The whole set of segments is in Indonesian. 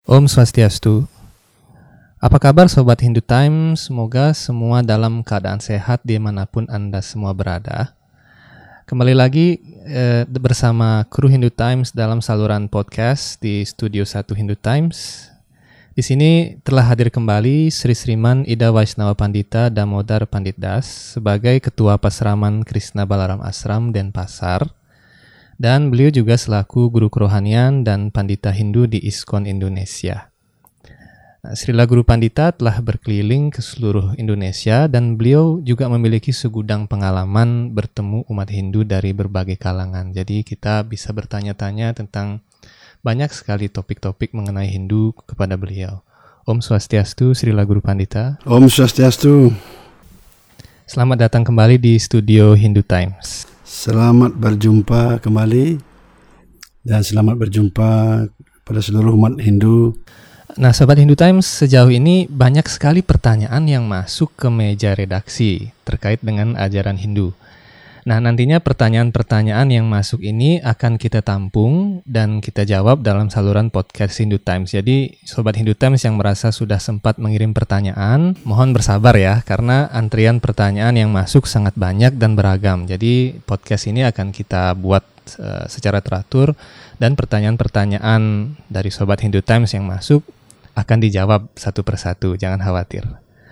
Om Swastiastu. Apa kabar Sobat Hindu Times? Semoga semua dalam keadaan sehat dimanapun Anda semua berada. Kembali lagi bersama kru Hindu Times dalam saluran podcast di Studio 1 Hindu Times. Di sini telah hadir kembali Sri Sriman Ida Vaishnava Pandita Damodar Pandit Das sebagai Ketua Pasraman Krishna Balaram Ashram Denpasar. Dan beliau juga selaku Guru Kerohanian dan Pandita Hindu di ISKCON Indonesia. Srila Guru Pandita telah berkeliling ke seluruh Indonesia dan beliau juga memiliki segudang pengalaman bertemu umat Hindu dari berbagai kalangan. Jadi kita bisa bertanya-tanya tentang banyak sekali topik-topik mengenai Hindu kepada beliau. Om Swastiastu, Srila Guru Pandita. Om Swastiastu. Selamat datang kembali di Studio Hindu Times. Selamat berjumpa kembali dan selamat berjumpa pada seluruh umat Hindu. Nah, Sobat Hindu Times, sejauh ini banyak sekali pertanyaan yang masuk ke meja redaksi terkait dengan ajaran Hindu. Nah, nantinya pertanyaan-pertanyaan yang masuk ini akan kita tampung dan kita jawab dalam saluran podcast Hindu Times. Jadi, Sobat Hindu Times yang merasa sudah sempat mengirim pertanyaan, mohon bersabar ya, karena antrian pertanyaan yang masuk sangat banyak dan beragam. Jadi, podcast ini akan kita buat secara teratur dan pertanyaan-pertanyaan dari Sobat Hindu Times yang masuk akan dijawab satu persatu, jangan khawatir.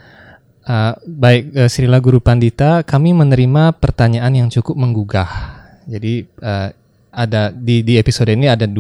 Baik, Srila Guru Pandita, kami menerima pertanyaan yang cukup menggugah. Jadi ada di episode ini ada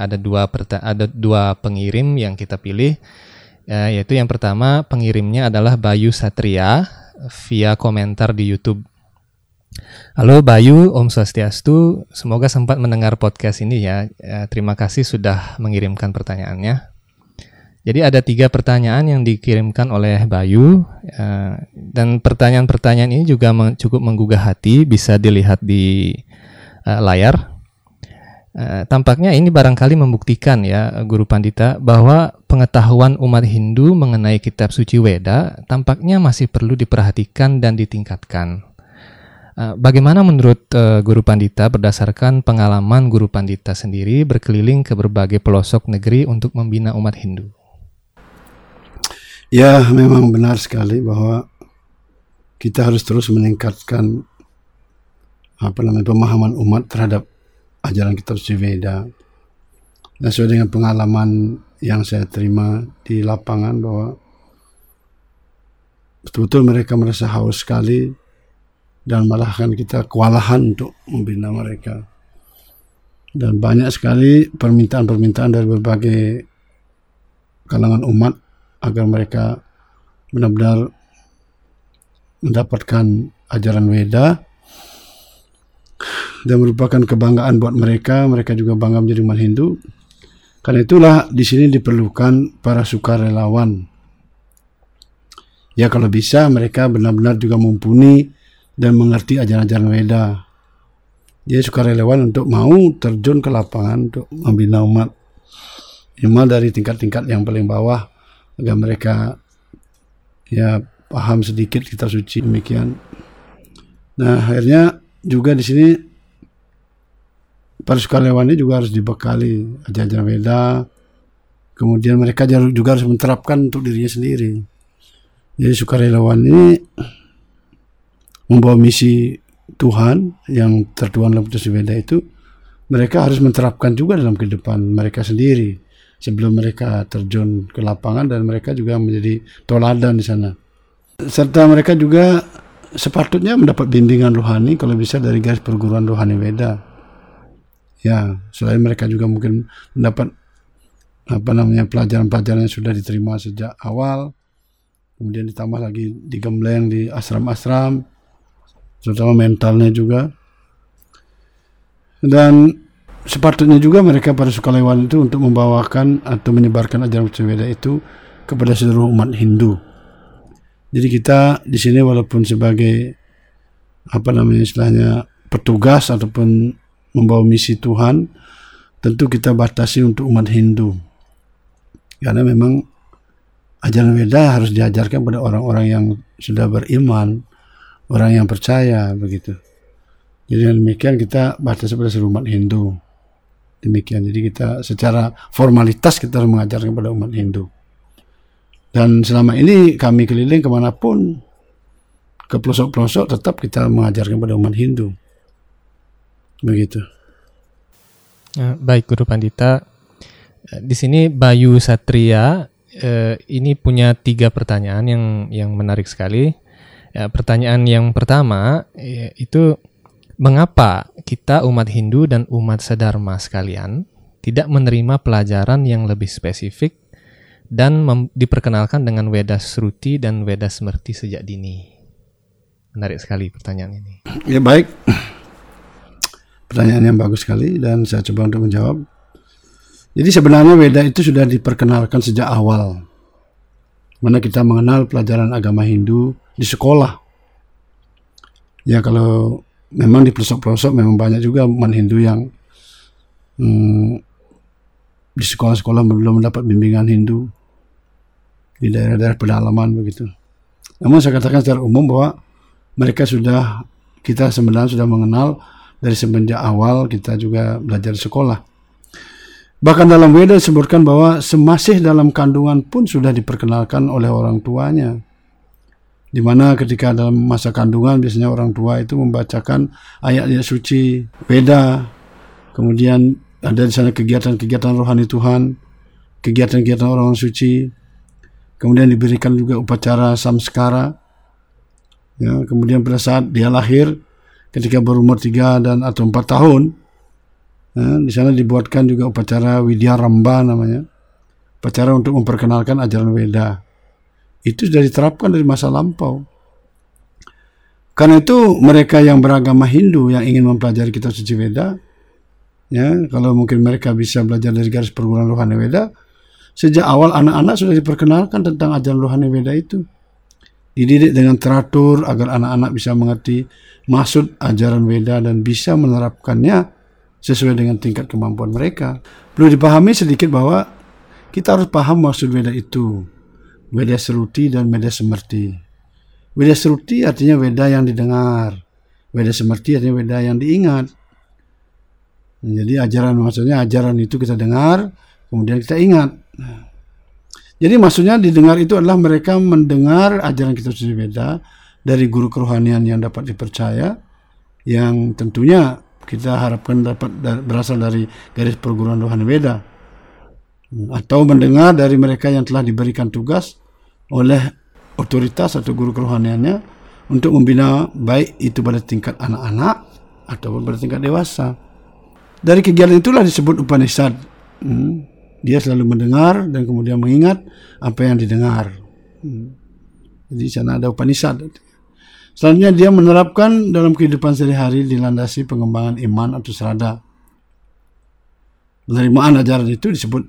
dua pengirim yang kita pilih, yaitu yang pertama pengirimnya adalah Bayu Satria via komentar di YouTube. Halo Bayu, Om Swastiastu, semoga sempat mendengar podcast ini ya. Terima kasih sudah mengirimkan pertanyaannya. Jadi ada 3 pertanyaan yang dikirimkan oleh Bayu, dan pertanyaan-pertanyaan ini juga cukup menggugah hati, bisa dilihat di layar. Tampaknya ini barangkali membuktikan ya Guru Pandita bahwa pengetahuan umat Hindu mengenai kitab suci Weda tampaknya masih perlu diperhatikan dan ditingkatkan. Bagaimana menurut Guru Pandita berdasarkan pengalaman Guru Pandita sendiri berkeliling ke berbagai pelosok negeri untuk membina umat Hindu? Ya, memang benar sekali bahwa kita harus terus meningkatkan pemahaman umat terhadap ajaran kitab suci Weda. Dan sesuai dengan pengalaman yang saya terima di lapangan bahwa betul-betul mereka merasa haus sekali dan malah kan kita kewalahan untuk membina mereka. Dan banyak sekali permintaan-permintaan dari berbagai kalangan umat agar mereka benar-benar mendapatkan ajaran Weda dan merupakan kebanggaan buat mereka. Mereka juga bangga menjadi umat Hindu. Karena itulah di sini diperlukan para sukarelawan. Ya, kalau bisa mereka benar-benar juga mumpuni dan mengerti ajaran-ajaran Weda. Jadi sukarelawan untuk mau terjun ke lapangan untuk membina umat. Minimal dari tingkat-tingkat yang paling bawah, agar mereka ya paham sedikit kitab suci demikian. Nah, akhirnya juga di sini para sukarelawan ini juga harus dibekali ajaran Weda. Kemudian mereka juga harus menerapkan untuk dirinya sendiri. Jadi sukarelawan ini membawa misi Tuhan yang tertuang dalam kitab suci Weda itu, mereka harus menerapkan juga dalam kehidupan mereka sendiri sebelum mereka terjun ke lapangan, dan mereka juga menjadi toladan di sana. Serta mereka juga sepatutnya mendapat bimbingan rohani kalau bisa dari garis perguruan rohani Weda. Ya, selain mereka juga mungkin mendapat pelajaran-pelajaran yang sudah diterima sejak awal, kemudian ditambah lagi digembleng di ashram-ashram, terutama mentalnya juga. Dan sepatutnya juga mereka para sukarelawan itu untuk membawakan atau menyebarkan ajaran suci Weda itu kepada seluruh umat Hindu. Jadi kita di sini walaupun sebagai petugas ataupun membawa misi Tuhan, tentu kita batasi untuk umat Hindu. Karena memang ajaran Weda harus diajarkan pada orang-orang yang sudah beriman, orang yang percaya begitu. Jadi demikian kita batasi pada seluruh umat Hindu. Demikian. Jadi kita secara formalitas kita harus mengajarkan kepada umat Hindu. Dan selama ini kami keliling kemanapun, ke pelosok-pelosok, tetap kita mengajarkan kepada umat Hindu. Begitu. Baik Guru Pandita. Di sini Bayu Satria ini punya 3 pertanyaan yang menarik sekali. Pertanyaan yang pertama itu, mengapa kita umat Hindu dan umat Sadharma sekalian tidak menerima pelajaran yang lebih spesifik dan diperkenalkan dengan Veda Sruti dan Veda Smrti sejak dini? Menarik sekali pertanyaan ini. Ya, baik. Pertanyaan yang bagus sekali dan saya coba untuk menjawab. Jadi sebenarnya Veda itu sudah diperkenalkan sejak awal. Mana kita mengenal pelajaran agama Hindu di sekolah. Ya, kalau memang di pelosok-pelosok memang banyak juga umat Hindu yang di sekolah-sekolah belum mendapat bimbingan Hindu di daerah-daerah pedalaman begitu. Namun saya katakan secara umum bahwa kita sebenarnya sudah mengenal dari semenjak awal kita juga belajar di sekolah. Bahkan dalam Veda disebutkan bahwa semasih dalam kandungan pun sudah diperkenalkan oleh orang tuanya. Di mana ketika dalam masa kandungan biasanya orang tua itu membacakan ayat-ayat suci Veda. Kemudian ada di sana kegiatan-kegiatan rohani Tuhan, kegiatan-kegiatan orang suci. Kemudian diberikan juga upacara samskara. Ya, kemudian pada saat dia lahir, ketika berumur 3 atau 4 tahun, di sana dibuatkan juga upacara Widya Ramba namanya, upacara untuk memperkenalkan ajaran Veda. Itu sudah diterapkan dari masa lampau. Karena itu mereka yang beragama Hindu yang ingin mempelajari kitab suci Veda, ya, kalau mungkin mereka bisa belajar dari garis perguruan rohani Veda, sejak awal anak-anak sudah diperkenalkan tentang ajaran rohani Veda itu. Dididik dengan teratur agar anak-anak bisa mengerti maksud ajaran Veda dan bisa menerapkannya sesuai dengan tingkat kemampuan mereka. Perlu dipahami sedikit bahwa kita harus paham maksud Veda itu. Veda Sruti dan Veda Smrti. Veda Sruti artinya Veda yang didengar. Veda Smrti artinya Veda yang diingat. Jadi maksudnya ajaran itu kita dengar, kemudian kita ingat. Jadi maksudnya didengar itu adalah mereka mendengar ajaran kitab suci Veda dari guru kerohanian yang dapat dipercaya, yang tentunya kita harapkan dapat berasal dari garis perguruan rohani Veda, atau mendengar dari mereka yang telah diberikan tugas oleh otoritas atau guru kerohaniannya untuk membina, baik itu pada tingkat anak-anak ataupun pada tingkat dewasa. Dari kegiatan itulah disebut Upanishad. Dia selalu mendengar dan kemudian mengingat apa yang didengar. Jadi sana ada Upanishad. Selanjutnya dia menerapkan dalam kehidupan sehari-hari dilandasi pengembangan iman atau srada. Penerimaan ajaran itu disebut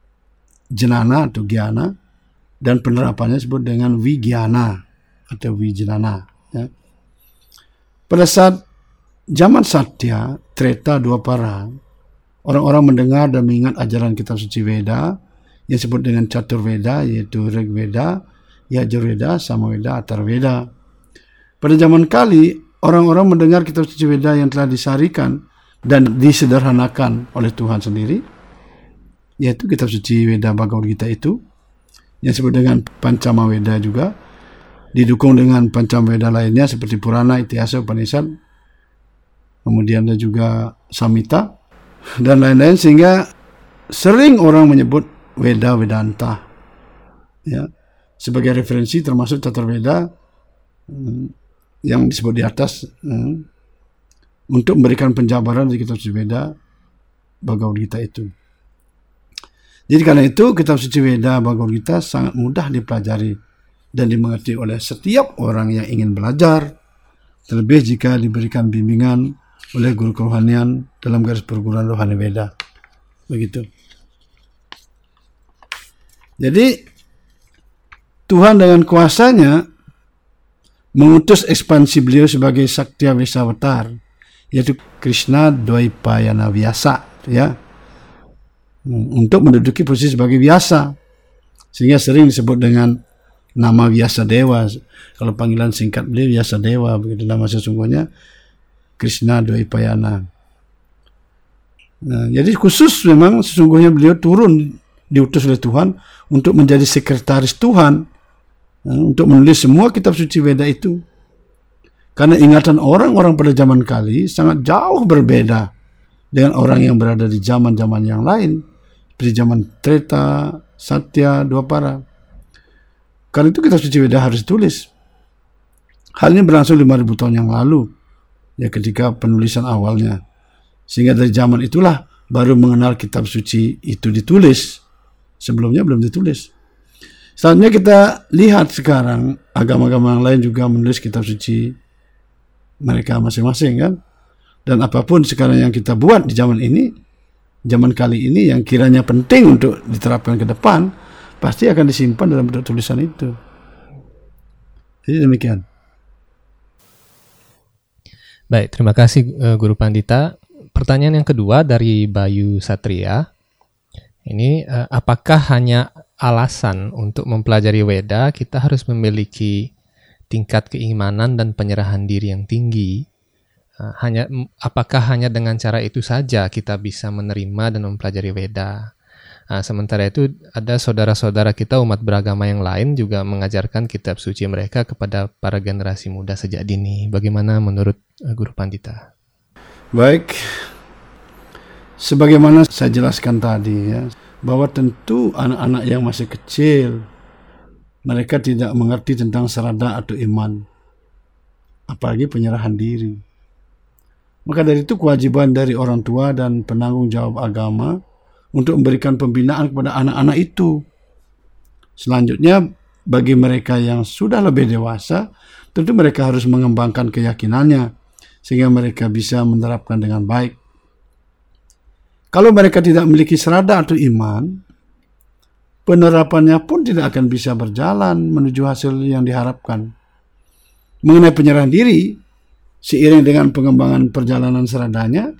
jnana atau gyana, dan penerapannya disebut dengan vigyana atau vijnana. Ya. Pada saat zaman Satya, Treta, Dwapara, orang-orang mendengar dan mengingat ajaran kitab suci Veda yang disebut dengan Catur Veda, yaitu Rig Veda, Yajur Veda, Samaveda, Atar Veda. Pada zaman kali, orang-orang mendengar kitab suci Veda yang telah disarikan dan disederhanakan oleh Tuhan sendiri, yaitu kitab suci Veda Bhagavad Gita itu, yang disebut dengan Pancama Veda juga, didukung dengan Pancama Veda lainnya seperti Purana, Itihasa, Upanishad, kemudian ada juga Samhita, dan lain-lain, sehingga sering orang menyebut Veda Vedanta, ya, sebagai referensi termasuk Catur Veda yang disebut di atas, untuk memberikan penjabaran dari kitab suci Veda Bhagavad Gita itu. Jadi karena itu kitab suci Veda Bhagavad Gita sangat mudah dipelajari dan dimengerti oleh setiap orang yang ingin belajar, terlebih jika diberikan bimbingan oleh guru kerohanian dalam garis perguruan rohani Veda. Begitu. Jadi Tuhan dengan kuasanya mengutus ekspansi beliau sebagai Sakti Vesavatar, yaitu Krishna Dwaipayana Vyasa, ya, untuk menduduki posisi sebagai Vyasa, sehingga sering disebut dengan nama Vyasa Dewa. Kalau panggilan singkat beliau Vyasa Dewa, begitu nama sesungguhnya Krishna Dwaipayana. Nah, jadi khusus memang sesungguhnya beliau turun diutus oleh Tuhan untuk menjadi sekretaris Tuhan, untuk menulis semua kitab suci Weda itu. Karena ingatan orang-orang pada zaman kali sangat jauh berbeda dengan orang yang berada di zaman-zaman yang lain, seperti zaman Treta, Satya, Dwapara. Karena itu kitab suci Weda harus ditulis. Hal ini berlangsung 5.000 tahun yang lalu, ya, ketika penulisan awalnya. Sehingga dari zaman itulah baru mengenal kitab suci itu ditulis. Sebelumnya belum ditulis. Selanjutnya kita lihat sekarang agama-agama yang lain juga menulis kitab suci mereka masing-masing, kan. Dan apapun sekarang yang kita buat di zaman ini, zaman kali ini yang kiranya penting untuk diterapkan ke depan, pasti akan disimpan dalam bentuk tulisan itu. Jadi demikian. Baik, terima kasih Guru Pandita. Pertanyaan yang kedua dari Bayu Satria. Ini, apakah hanya alasan untuk mempelajari Weda kita harus memiliki tingkat keimanan dan penyerahan diri yang tinggi? Apakah hanya dengan cara itu saja kita bisa menerima dan mempelajari Weda? Sementara itu ada saudara-saudara kita umat beragama yang lain juga mengajarkan kitab suci mereka kepada para generasi muda sejak dini. Bagaimana menurut Guru Pandita? Baik, sebagaimana saya jelaskan tadi, ya, bahwa tentu anak-anak yang masih kecil mereka tidak mengerti tentang serada atau iman, apalagi penyerahan diri. Maka dari itu kewajiban dari orang tua dan penanggung jawab agama untuk memberikan pembinaan kepada anak-anak itu. Selanjutnya, bagi mereka yang sudah lebih dewasa, tentu mereka harus mengembangkan keyakinannya sehingga mereka bisa menerapkan dengan baik. Kalau mereka tidak memiliki serada atau iman, penerapannya pun tidak akan bisa berjalan menuju hasil yang diharapkan. Mengenai penyerahan diri, seiring dengan pengembangan perjalanan seradanya,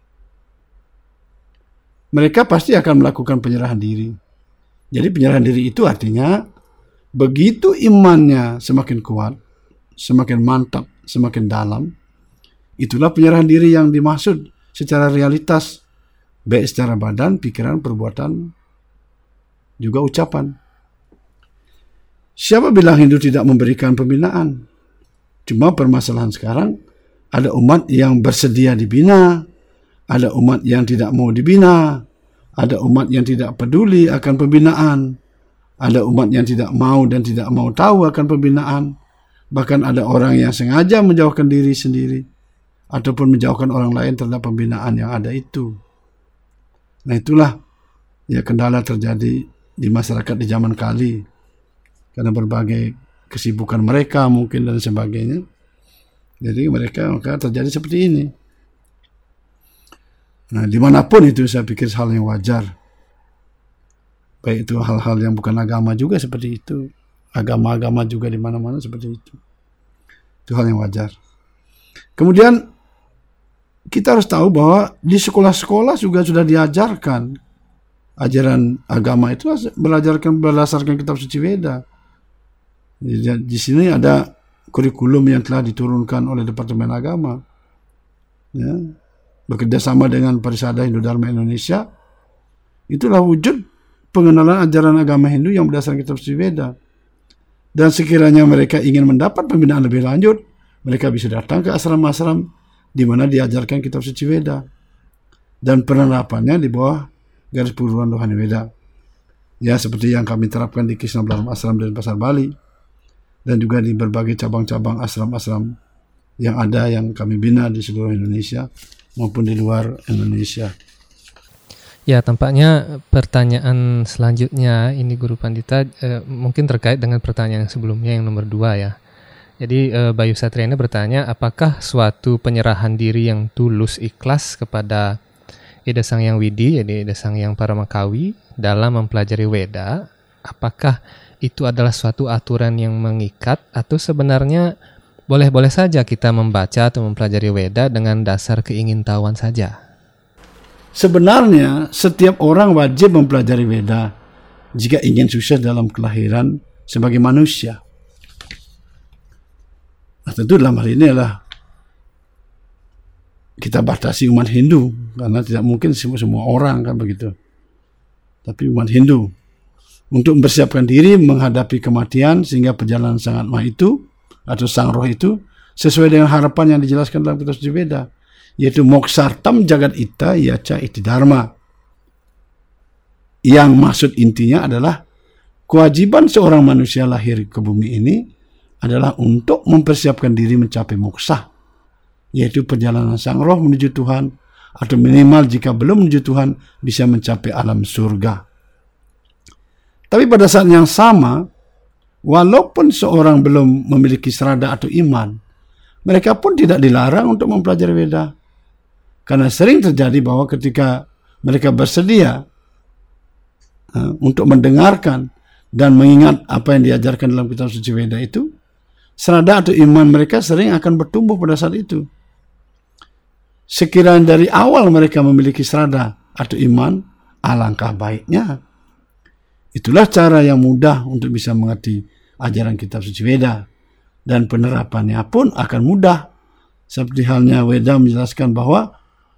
mereka pasti akan melakukan penyerahan diri. Jadi penyerahan diri itu artinya begitu imannya semakin kuat, semakin mantap, semakin dalam, itulah penyerahan diri yang dimaksud secara realitas, baik secara badan, pikiran, perbuatan, juga ucapan. Siapa bilang Hindu tidak memberikan pembinaan? Cuma permasalahan sekarang, ada umat yang bersedia dibina, ada umat yang tidak mau dibina, ada umat yang tidak peduli akan pembinaan, ada umat yang tidak mau dan tidak mau tahu akan pembinaan, bahkan ada orang yang sengaja menjauhkan diri sendiri, ataupun menjauhkan orang lain terhadap pembinaan yang ada itu. Nah itulah ya kendala terjadi di masyarakat di zaman kali, karena berbagai kesibukan mereka mungkin dan sebagainya. Jadi maka terjadi seperti ini. Nah, dimanapun itu saya pikir hal yang wajar. Baik itu hal-hal yang bukan agama juga seperti itu. Agama-agama juga di mana-mana seperti itu. Itu hal yang wajar. Kemudian kita harus tahu bahwa di sekolah-sekolah juga sudah diajarkan ajaran agama itu berdasarkan kitab suci Weda. Di sini ada kurikulum yang telah diturunkan oleh Departemen Agama, ya, bekerjasama dengan Parisada Hindu Dharma Indonesia. Itulah wujud pengenalan ajaran agama Hindu yang berdasarkan kitab suci Weda. Dan sekiranya mereka ingin mendapat pembinaan lebih lanjut, mereka bisa datang ke asram-asram di mana diajarkan kitab suci Weda dan penerapannya di bawah garis perguruan rohani Weda. Ya, seperti yang kami terapkan di Krishna Balaram Ashram dan Pasar Bali, dan juga di berbagai cabang-cabang asram-asram yang ada yang kami bina di seluruh Indonesia maupun di luar Indonesia. Ya, tampaknya pertanyaan selanjutnya ini Guru Pandita mungkin terkait dengan pertanyaan sebelumnya yang nomor 2 ya. Jadi Bayu Satriana bertanya, apakah suatu penyerahan diri yang tulus ikhlas kepada Ida Sang Hyang Widi, jadi Ida Sang Hyang Paramakawi dalam mempelajari Weda, apakah itu adalah suatu aturan yang mengikat atau sebenarnya boleh-boleh saja kita membaca atau mempelajari Weda dengan dasar keingintahuan saja? Sebenarnya setiap orang wajib mempelajari Weda jika ingin sukses dalam kelahiran sebagai manusia. Nah, tentu dalam hal ini adalah kita batasi umat Hindu, karena tidak mungkin semua orang kan begitu. Tapi umat Hindu untuk mempersiapkan diri menghadapi kematian, sehingga perjalanan Sang Atma itu atau Sang Roh itu sesuai dengan harapan yang dijelaskan dalam kitab suci Veda, yaitu moksartam jagat ita yaca iti dharma. Yang maksud intinya adalah kewajiban seorang manusia lahir ke bumi ini adalah untuk mempersiapkan diri mencapai moksa, yaitu perjalanan Sang Roh menuju Tuhan, atau minimal jika belum menuju Tuhan bisa mencapai alam surga. Tapi pada saat yang sama, walaupun seorang belum memiliki srada atau iman, mereka pun tidak dilarang untuk mempelajari Veda. Karena sering terjadi bahwa ketika mereka bersedia untuk mendengarkan dan mengingat apa yang diajarkan dalam kitab suci Veda itu, srada atau iman mereka sering akan bertumbuh pada saat itu. Sekiranya dari awal mereka memiliki srada atau iman, alangkah baiknya. Itulah cara yang mudah untuk bisa mengerti ajaran kitab suci Veda, dan penerapannya pun akan mudah. Seperti halnya Veda menjelaskan bahwa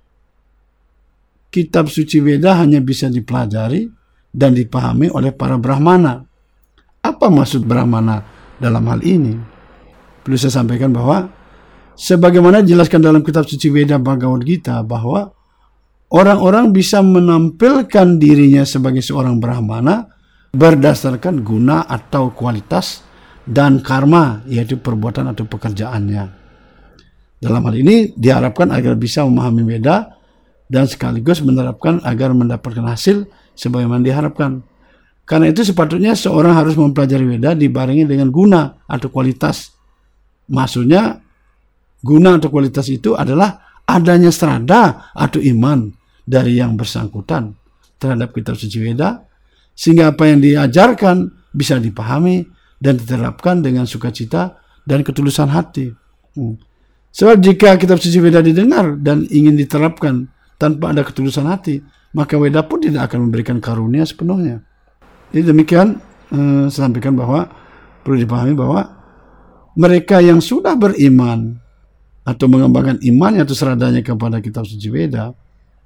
kitab suci Veda hanya bisa dipelajari dan dipahami oleh para Brahmana. Apa maksud Brahmana dalam hal ini? Perlu saya sampaikan bahwa sebagaimana dijelaskan dalam kitab suci Veda Bhagavad Gita, bahwa orang-orang bisa menampilkan dirinya sebagai seorang Brahmana berdasarkan guna atau kualitas dan karma, yaitu perbuatan atau pekerjaannya. Dalam hal ini diharapkan agar bisa memahami Veda dan sekaligus menerapkan agar mendapatkan hasil sebagaimana diharapkan. Karena itu sepatutnya seorang harus mempelajari Veda dibarengi dengan guna atau kualitas. Maksudnya guna atau kualitas itu adalah adanya srada atau iman dari yang bersangkutan terhadap kitab suci Veda, sehingga apa yang diajarkan bisa dipahami dan diterapkan dengan sukacita dan ketulusan hati. Sebab jika kitab suci Veda didengar dan ingin diterapkan tanpa ada ketulusan hati, maka Veda pun tidak akan memberikan karunia sepenuhnya. Jadi demikian saya sampaikan bahwa perlu dipahami bahwa mereka yang sudah beriman atau mengembangkan imannya atau seradanya kepada kitab suci Veda,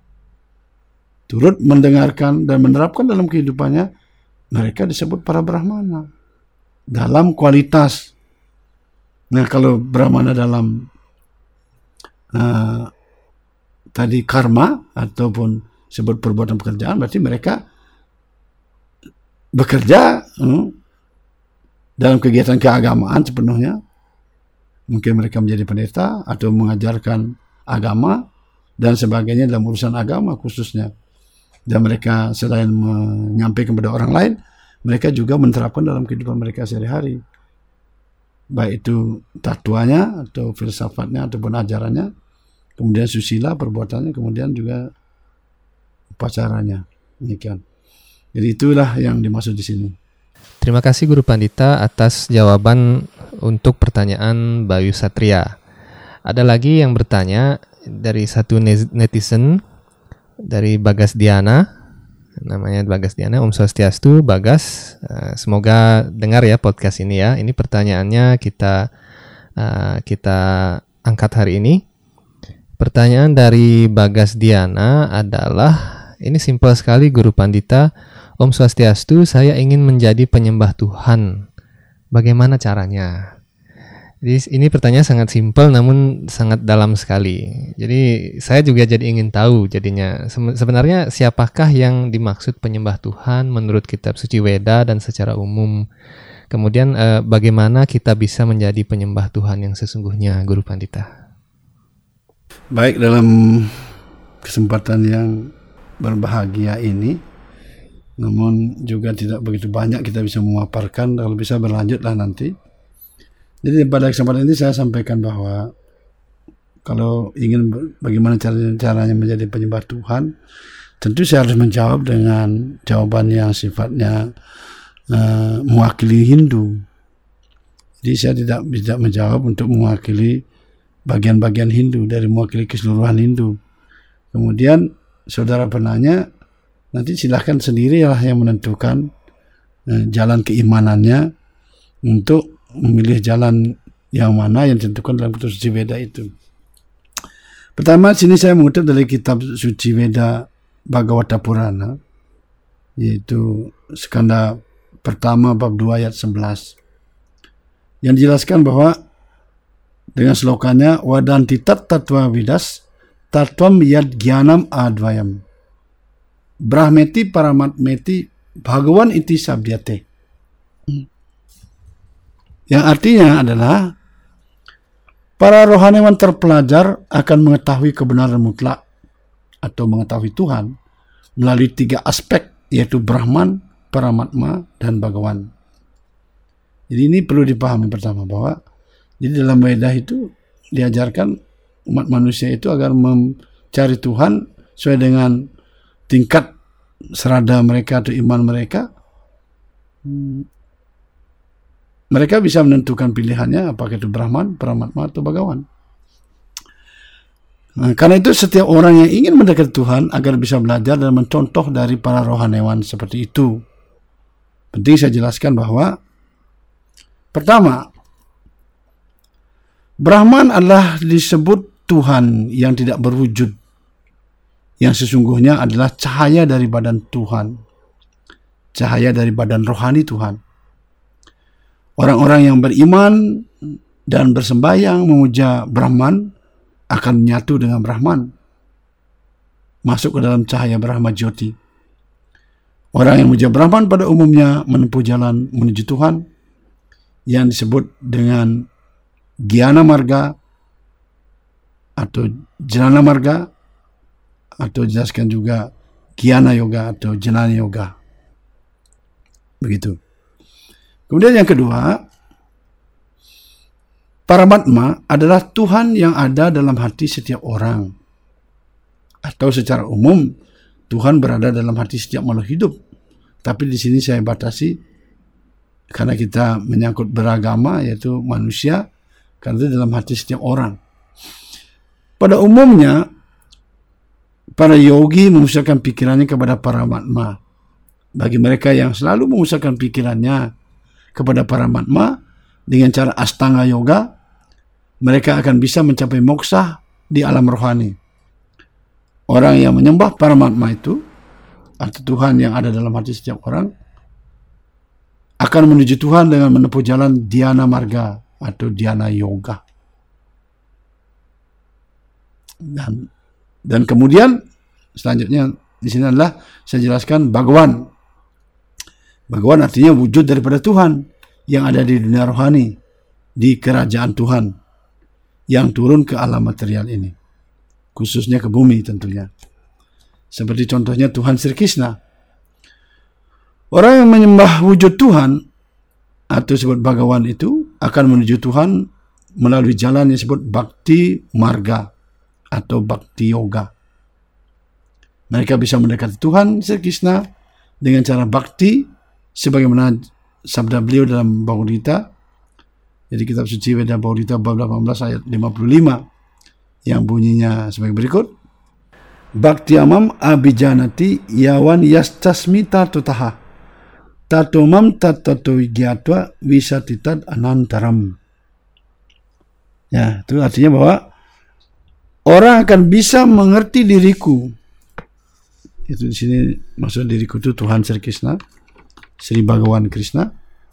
turut mendengarkan dan menerapkan dalam kehidupannya, mereka disebut para Brahmana dalam kualitas. Nah, kalau Brahmana dalam tadi karma ataupun sebut perbuatan pekerjaan, berarti mereka bekerja dalam kegiatan keagamaan sepenuhnya. Mungkin mereka menjadi pendeta atau mengajarkan agama dan sebagainya dalam urusan agama khususnya. Dan mereka selain menyampaikan kepada orang lain, mereka juga menerapkan dalam kehidupan mereka sehari-hari. Baik itu tatuanya atau filsafatnya ataupun ajarannya, kemudian susila perbuatannya, kemudian juga upacaranya. Demikian. Jadi itulah yang dimaksud di sini. Terima kasih Guru Pandita atas jawaban untuk pertanyaan Bayu Satria. Ada lagi yang bertanya dari satu netizen, dari Bagas Diana, namanya Bagas Diana. Om Swastiastu Bagas, semoga dengar ya podcast ini ya. Ini pertanyaannya kita angkat hari ini. Pertanyaan dari Bagas Diana adalah, ini simpel sekali Guru Pandita. Om Swastiastu, saya ingin menjadi penyembah Tuhan. Bagaimana caranya? Jadi ini pertanyaan sangat simpel namun sangat dalam sekali. Jadi saya juga jadi ingin tahu jadinya sebenarnya siapakah yang dimaksud penyembah Tuhan menurut kitab suci Veda dan secara umum. Kemudian bagaimana kita bisa menjadi penyembah Tuhan yang sesungguhnya, Guru Pandita? Baik, dalam kesempatan yang berbahagia ini, namun juga tidak begitu banyak kita bisa memaparkan, kalau bisa berlanjutlah nanti. Jadi pada kesempatan ini saya sampaikan bahwa kalau ingin bagaimana caranya menjadi penyembah Tuhan, tentu saya harus menjawab dengan jawaban yang sifatnya mewakili Hindu. Jadi saya tidak menjawab untuk mewakili bagian-bagian Hindu, dari mewakili keseluruhan Hindu. Kemudian saudara penanya, nanti silahkan sendirilah yang menentukan jalan keimanannya untuk memilih jalan yang mana yang ditentukan dalam kitab suci Veda itu. Pertama, sini saya mengutip dari kitab suci Veda Bhagavata Purana, yaitu skanda pertama bab 2 ayat 11, yang dijelaskan bahwa dengan slokanya wadanti tat tatva vidas tatvam yad gyanam advayam brahmeti paramatmeti bhagawan iti sabdyate, yang artinya adalah para rohaniwan terpelajar akan mengetahui kebenaran mutlak atau mengetahui Tuhan melalui 3 aspek, yaitu Brahman, Paramatma, dan Bhagawan. Jadi ini perlu dipahami pertama, bahwa jadi dalam Veda itu diajarkan umat manusia itu agar mencari Tuhan sesuai dengan tingkat serada mereka atau iman mereka. Mereka bisa menentukan pilihannya apakah itu Brahman, Paramatma, atau Bhagawan. Nah, karena itu setiap orang yang ingin mendekati Tuhan agar bisa belajar dan mencontoh dari para rohaniwan seperti itu. Penting saya jelaskan bahwa pertama, Brahman adalah disebut Tuhan yang tidak berwujud, yang sesungguhnya adalah cahaya dari badan Tuhan, cahaya dari badan rohani Tuhan. Orang-orang yang beriman dan bersembahyang memuja Brahman akan menyatu dengan Brahman, masuk ke dalam cahaya Brahma Jyoti. Orang yang memuja Brahman pada umumnya menempuh jalan menuju Tuhan yang disebut dengan Gyana Marga atau Jnana Marga, atau jelaskan juga Gyana Yoga atau Jnana Yoga. Begitu. Kemudian yang kedua, Paramatma adalah Tuhan yang ada dalam hati setiap orang. Atau secara umum, Tuhan berada dalam hati setiap makhluk hidup. Tapi di sini saya batasi karena kita menyangkut beragama, yaitu manusia, karena itu dalam hati setiap orang. Pada umumnya, para yogi memusatkan pikirannya kepada Paramatma. Bagi mereka yang selalu memusatkan pikirannya kepada Paramatma dengan cara Astanga Yoga, mereka akan bisa mencapai moksa di alam rohani. Orang yang menyembah Paramatma itu, atau Tuhan yang ada dalam hati setiap orang, akan menuju Tuhan dengan menempuh jalan Dhyana Marga atau Dhyana Yoga. Dan kemudian selanjutnya di sini adalah saya jelaskan Bhagawan. Bhagawan artinya wujud daripada Tuhan yang ada di dunia rohani, di kerajaan Tuhan yang turun ke alam material ini, khususnya ke bumi tentunya. Seperti contohnya Tuhan Sri Krishna. Orang yang menyembah wujud Tuhan atau disebut Bhagawan itu akan menuju Tuhan melalui jalan yang disebut Bhakti Marga atau Bhakti Yoga. Mereka bisa mendekati Tuhan Sri Krishna dengan cara bakti, sebagaimana sabda beliau dalam Bhagavad Gita, jadi kitab suci Veda Bhagavad Gita bab 18 ayat 55, yang bunyinya sebagai berikut: Bhakti amam abijanati yawan yastasmita tutaha tatomam tatato gyatwa visatitad anantaram. Ya, itu artinya bahwa orang akan bisa mengerti diriku. Itu di sini maksud diriku itu Tuhan Sri Krishna, Sri Bhagawan Krishna,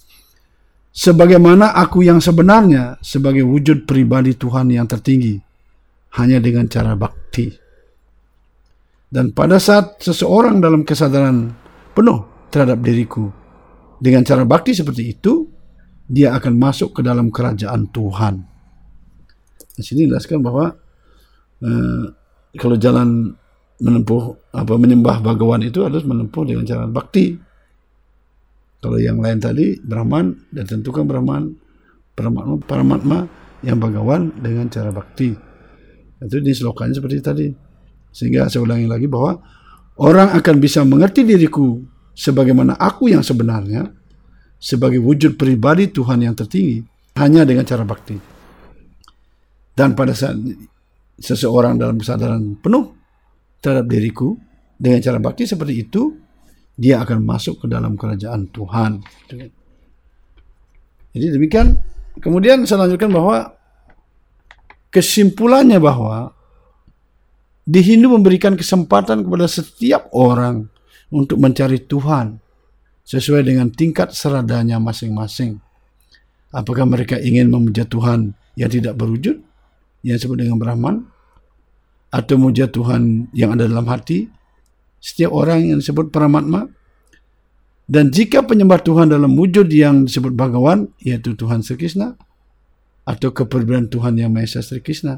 sebagaimana aku yang sebenarnya sebagai wujud pribadi Tuhan yang tertinggi, hanya dengan cara bakti. Dan pada saat seseorang dalam kesadaran penuh terhadap diriku dengan cara bakti seperti itu, dia akan masuk ke dalam kerajaan Tuhan. Di sini jelaskan bahwa kalau jalan menyembah Bhagawan itu harus menempuh dengan cara bakti. Kalau yang lain tadi Brahman, dan tentukan Brahman, Paramatma, yang Bhagawan dengan cara bakti. Itu di slokanya seperti tadi. Sehingga saya ulangi lagi bahwa orang akan bisa mengerti diriku sebagaimana aku yang sebenarnya sebagai wujud pribadi Tuhan yang tertinggi hanya dengan cara bakti. Dan pada saat seseorang dalam kesadaran penuh terhadap diriku dengan cara bakti seperti itu, dia akan masuk ke dalam kerajaan Tuhan. Jadi demikian. Kemudian saya lanjutkan bahwa kesimpulannya bahwa Di Hindu memberikan kesempatan kepada setiap orang untuk mencari Tuhan sesuai dengan tingkat seradanya masing-masing. Apakah mereka ingin memuja Tuhan yang tidak berwujud, yang disebut dengan Brahman, atau memuja Tuhan yang ada dalam hati, setiap orang yang disebut Paramatma. Dan jika penyembah Tuhan dalam wujud yang disebut Bhagawan, yaitu Tuhan Sri Krishna, atau keperbedaan Tuhan Yang Maha Esa Sri Krishna,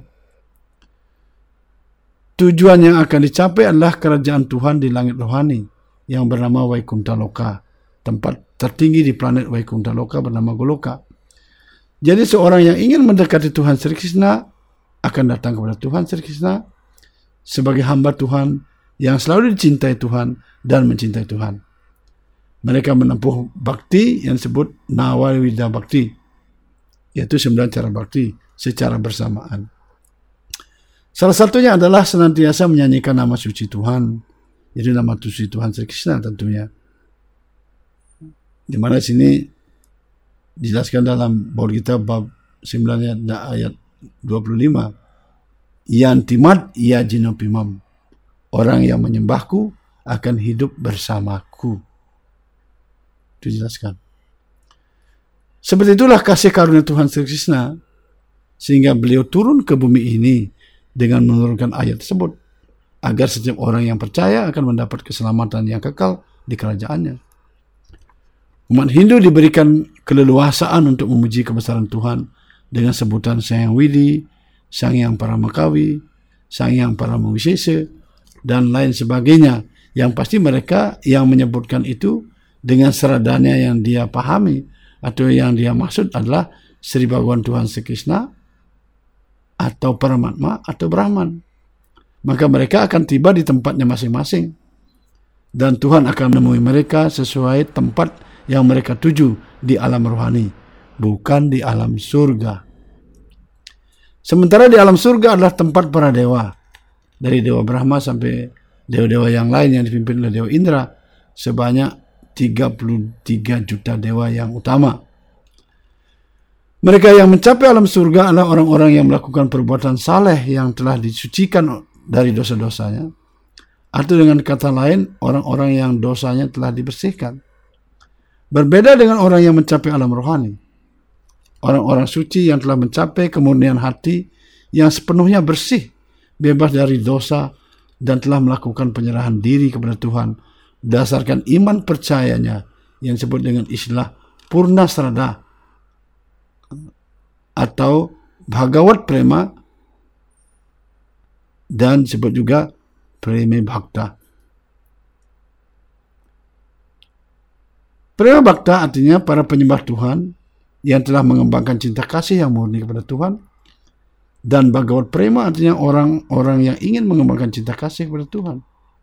tujuan yang akan dicapai adalah kerajaan Tuhan di langit rohani yang bernama Vaikuntha Loka, tempat tertinggi di planet Vaikuntha Loka bernama Goloka. Jadi seorang yang ingin mendekati Tuhan Sri Krishna akan datang kepada Tuhan Sri Krishna sebagai hamba Tuhan yang selalu dicintai Tuhan dan mencintai Tuhan. Mereka menempuh bakti yang disebut Nawawida Bakti, yaitu 9 cara bakti secara bersamaan. Salah satunya adalah senantiasa menyanyikan nama suci Tuhan, jadi nama suci Tuhan Sri Krishna tentunya. Di mana sini dijelaskan dalam Bhagavad Gita bab 9 ayat 25. Yantimat ya jinopimam. Orang yang menyembahku akan hidup bersamaku. Itu dijelaskan. Seperti itulah kasih karunia Tuhan Sri Krishna, sehingga beliau turun ke bumi ini dengan menurunkan ayat tersebut, agar setiap orang yang percaya akan mendapat keselamatan yang kekal di kerajaannya. Umat Hindu diberikan keleluasaan untuk memuji kebesaran Tuhan dengan sebutan Sang Hyang Widi, Sang Hyang Paramakawi, Sang Hyang Paramawisesa, dan lain sebagainya. Yang pasti mereka yang menyebutkan itu dengan seradanya yang dia pahami atau yang dia maksud adalah Sri Bhagawan Tuhan Sri Krishna atau Paramatma atau Brahman. Maka mereka akan tiba di tempatnya masing-masing, dan Tuhan akan menemui mereka sesuai tempat yang mereka tuju di alam rohani, bukan di alam surga. Sementara di alam surga adalah tempat para dewa, dari Dewa Brahma sampai dewa-dewa yang lain yang dipimpin oleh Dewa Indra, sebanyak 33 juta dewa yang utama. Mereka yang mencapai alam surga adalah orang-orang yang melakukan perbuatan saleh yang telah disucikan dari dosa-dosanya, atau dengan kata lain, orang-orang yang dosanya telah dibersihkan. Berbeda dengan orang yang mencapai alam rohani. Orang-orang suci yang telah mencapai kemurnian hati yang sepenuhnya bersih, bebas dari dosa, dan telah melakukan penyerahan diri kepada Tuhan berdasarkan iman percayanya yang disebut dengan istilah Purna Sraddha atau Bhagawat Prema, dan disebut juga Prema Bhakta. Prema Bhakta artinya para penyembah Tuhan yang telah mengembangkan cinta kasih yang murni kepada Tuhan, dan Bhagawat Prema artinya orang-orang yang ingin mengembangkan cinta kasih kepada Tuhan.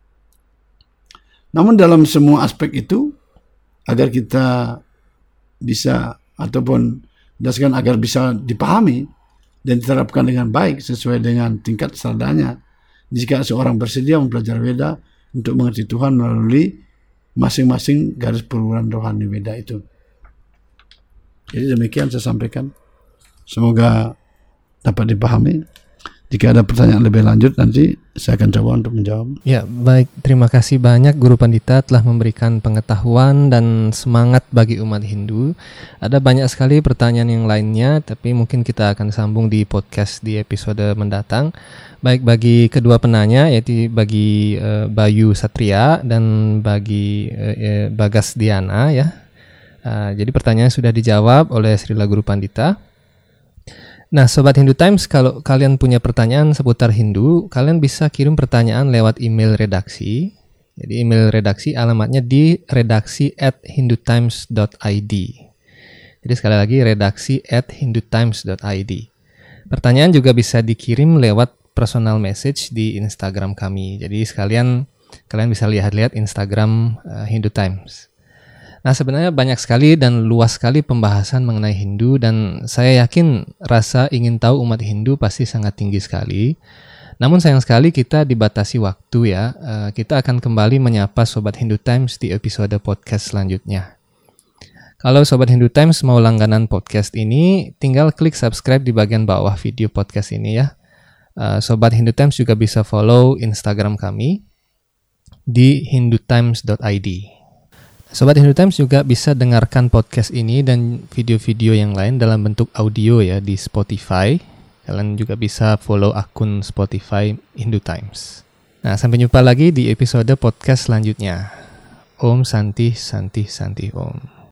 Namun dalam semua aspek itu, agar kita bisa ataupun dasarkan agar bisa dipahami dan diterapkan dengan baik sesuai dengan tingkat seradanya, jika seorang bersedia mempelajari Veda untuk mengerti Tuhan melalui masing-masing garis perguruan rohani Veda itu. Jadi demikian saya sampaikan. Semoga dapat dipahami. Jika ada pertanyaan lebih lanjut, nanti saya akan coba untuk menjawab. Ya, baik. Terima kasih banyak Guru Pandita telah memberikan pengetahuan dan semangat bagi umat Hindu. Ada banyak sekali pertanyaan yang lainnya, tapi mungkin kita akan sambung di podcast di episode mendatang. Baik bagi kedua penanya, yaitu bagi Bayu Satria dan bagi Bagas Diana ya. Jadi pertanyaan sudah dijawab oleh Srila Guru Pandita. Nah, Sobat Hindu Times, kalau kalian punya pertanyaan seputar Hindu, kalian bisa kirim pertanyaan lewat email redaksi. Jadi email redaksi alamatnya di redaksi@hindutimes.id. Jadi sekali lagi redaksi@hindutimes.id. Pertanyaan juga bisa dikirim lewat personal message di Instagram kami. Jadi kalian bisa lihat-lihat Instagram Hindu Times. Nah, sebenarnya banyak sekali dan luas sekali pembahasan mengenai Hindu, dan saya yakin rasa ingin tahu umat Hindu pasti sangat tinggi sekali. Namun sayang sekali kita dibatasi waktu ya. Kita akan kembali menyapa Sobat Hindu Times di episode podcast selanjutnya. Kalau Sobat Hindu Times mau langganan podcast ini, tinggal klik subscribe di bagian bawah video podcast ini ya. Sobat Hindu Times juga bisa follow Instagram kami di hindutimes.id. Sobat Hindu Times juga bisa dengarkan podcast ini dan video-video yang lain dalam bentuk audio ya di Spotify. Kalian juga bisa follow akun Spotify Hindu Times. Nah, sampai jumpa lagi di episode podcast selanjutnya. Om Santi Santi Santi Om.